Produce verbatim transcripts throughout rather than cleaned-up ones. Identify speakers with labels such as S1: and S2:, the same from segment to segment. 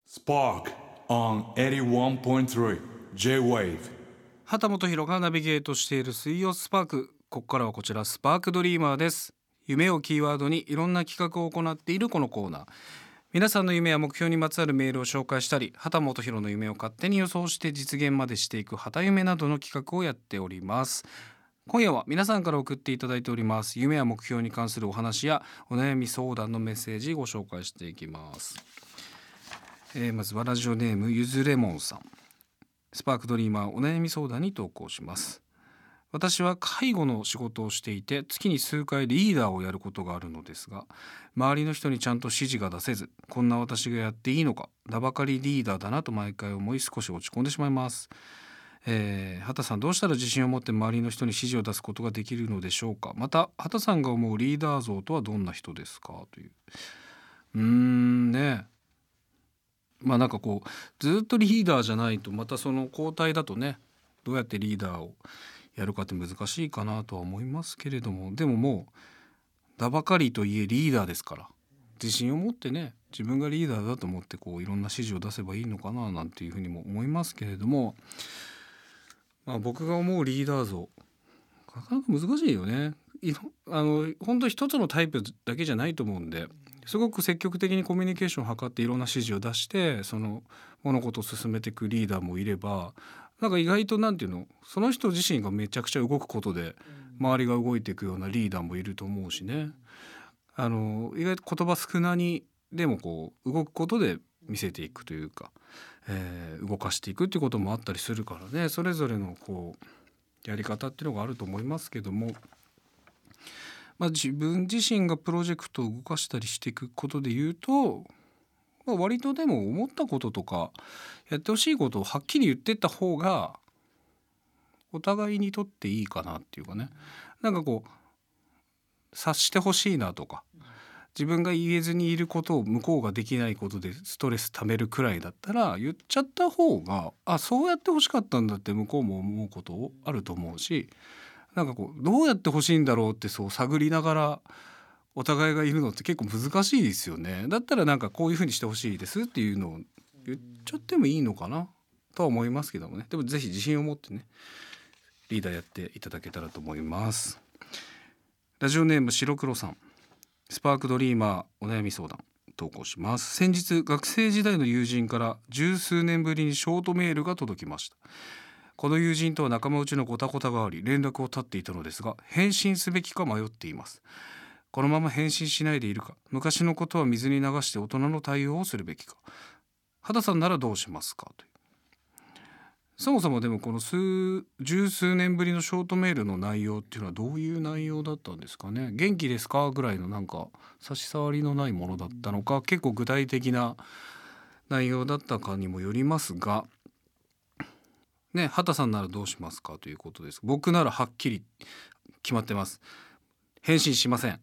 S1: Spark on エイティワンポイントスリー J-Wave。
S2: 畑本博がナビゲートしている水曜スパーク。ここからはこちらスパークドリーマーです。夢をキーワードにいろんな企画を行っているこのコーナー、皆さんの夢や目標にまつわるメールを紹介したり、畑本博の夢を勝手に予想して実現までしていく畑夢などの企画をやっております。今夜は皆さんから送っていただいております夢や目標に関するお話やお悩み相談のメッセージご紹介していきます。えー、まずはラジオネームゆずレモンさん。スパークドリーマーお悩み相談に投稿します。私は介護の仕事をしていて、月に数回リーダーをやることがあるのですが、周りの人にちゃんと指示が出せず、こんな私がやっていいのか、名ばかりリーダーだなと毎回思い、少し落ち込んでしまいます。えー、畑さん、どうしたら自信を持って周りの人に指示を出すことができるのでしょうか。また畑さんが思うリーダー像とはどんな人ですか、という。うーんねまあなんかこうずっとリーダーじゃないと、またその交代だとね、どうやってリーダーをやるかって難しいかなとは思いますけれども、でももう名ばかりといえリーダーですから、自信を持ってね、自分がリーダーだと思ってこういろんな指示を出せばいいのかななんていうふうにも思いますけれども、まあ、僕が思うリーダー像、なかなか難しいよね。いあの本当一つのタイプだけじゃないと思うんで、すごく積極的にコミュニケーションを図っていろんな指示を出してその物事を進めていくリーダーもいれば、なんか意外となんていうの、その人自身がめちゃくちゃ動くことで周りが動いていくようなリーダーもいると思うしね。あの意外と言葉少なにでもこう動くことで見せていくというか、えー動かしていくっていうこともあったりするからね、それぞれのこうやり方っていうのがあると思いますけども、まあ、自分自身がプロジェクトを動かしたりしていくことで言うと、まあ、割とでも思ったこととかやってほしいことをはっきり言ってった方がお互いにとっていいかなっていうかね、なんかこう察してほしいなとか、自分が言えずにいることを向こうができないことでストレス溜めるくらいだったら言っちゃった方が、あ、そうやってほしかったんだって向こうも思うことあると思うし、なんかこうどうやってほしいんだろうってそう探りながらお互いがいるのって結構難しいですよね。だったらなんかこういうふうにしてほしいですっていうのを言っちゃってもいいのかなとは思いますけどもね。でもぜひ自信を持ってね、リーダーやっていただけたらと思います。ラジオネーム白黒さん。スパークドリーマーお悩み相談投稿します。先日学生時代の友人から十数年ぶりにショートメールが届きました。この友人とは仲間内のごたごたがあり、連絡を絶っていたのですが、返信すべきか迷っています。このまま返信しないでいるか、昔のことは水に流して大人の対応をするべきか、畑さんならどうしますか、という。そもそもでもこの数十数年ぶりのショートメールの内容っていうのはどういう内容だったんですかね。元気ですかぐらいのなんか差し障りのないものだったのか、結構具体的な内容だったかにもよりますがね、畑さんならどうしますかということです。僕ならはっきり決まってます。返信しません。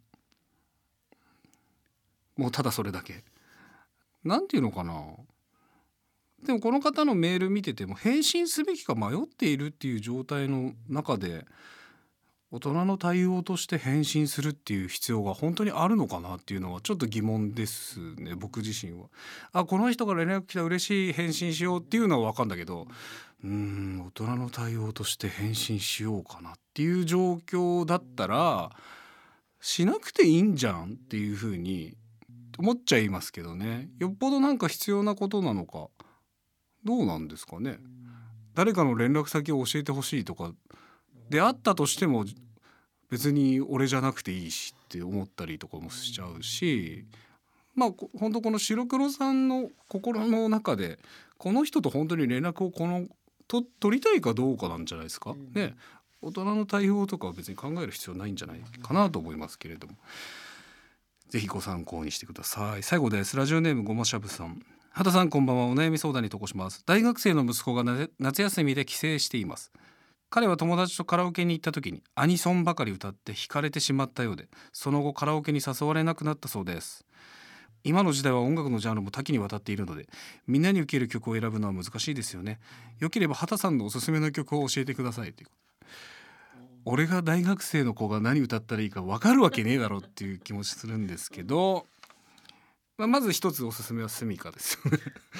S2: もうただそれだけ。なんていうのかな。でもこの方のメール見てても返信すべきか迷っているっていう状態の中で、大人の対応として返信するっていう必要が本当にあるのかなっていうのはちょっと疑問ですね、僕自身は。あ、この人から連絡来た、嬉しい、返信しようっていうのは分かんだけど、うーん大人の対応として返信しようかなっていう状況だったらしなくていいんじゃんっていうふうに思っちゃいますけどね。よっぽどなんか必要なことなのかどうなんですかね。誰かの連絡先を教えてほしいとかであったとしても別に俺じゃなくていいしって思ったりとかもしちゃうし、まあ本当この白黒さんの心の中でこの人と本当に連絡をこのと取りたいかどうかなんじゃないですか、ね。大人の対応とかは別に考える必要ないんじゃないかなと思いますけれども、ぜひご参考にしてください。最後です。ラジオネームごましゃぶさん。畑さんこんばんは。お悩み相談に投稿します。大学生の息子が夏休みで帰省しています。彼は友達とカラオケに行った時にアニソンばかり歌って惹かれてしまったようで、その後カラオケに誘われなくなったそうです。今の時代は音楽のジャンルも多岐にわたっているので、みんなに受ける曲を選ぶのは難しいですよね。よければ畑さんのおすすめの曲を教えてくださいという。俺が大学生の子が何歌ったらいいか分かるわけねえだろっていう気持ちするんですけど、まあ、まず一つおすすめはスミカですよね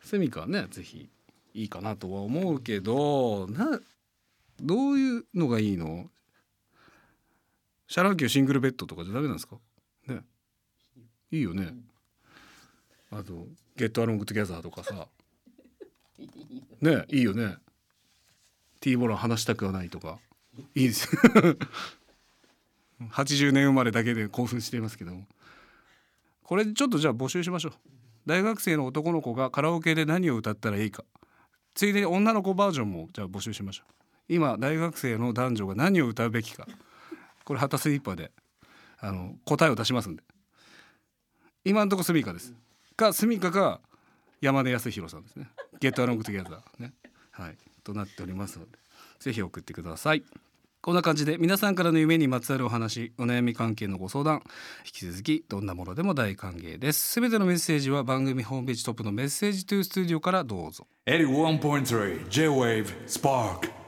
S2: セミカねぜひいいかなとは思うけど、などういうのがいいの？シャ乱 Q シングルベッドとかじゃダメなんですかね？いいよね。あとゲットアロングトゥギャザーとかさね、いいよね。T ボラン話したくはないとかいいですよはちじゅうねん生まれだけで興奮していますけども、これちょっとじゃあ募集しましょう。大学生の男の子がカラオケで何を歌ったらいいか、ついでに女の子バージョンもじゃあ募集しましょう。今大学生の男女が何を歌うべきか、これハタスイッパーであの答えを出しますんで、今のところスミカですか、スミカか山根康弘さんですね。ゲットアロングトゥギャザーね、はいとなっておりますので、ぜひ送ってください。こんな感じで皆さんからの夢にまつわるお話、お悩み関係のご相談、引き続きどんなものでも大歓迎です。すべてのメッセージは番組ホームページトップのメッセージトゥースタジオからどうぞ。
S1: エイティワンポイントスリー J-Wave Spark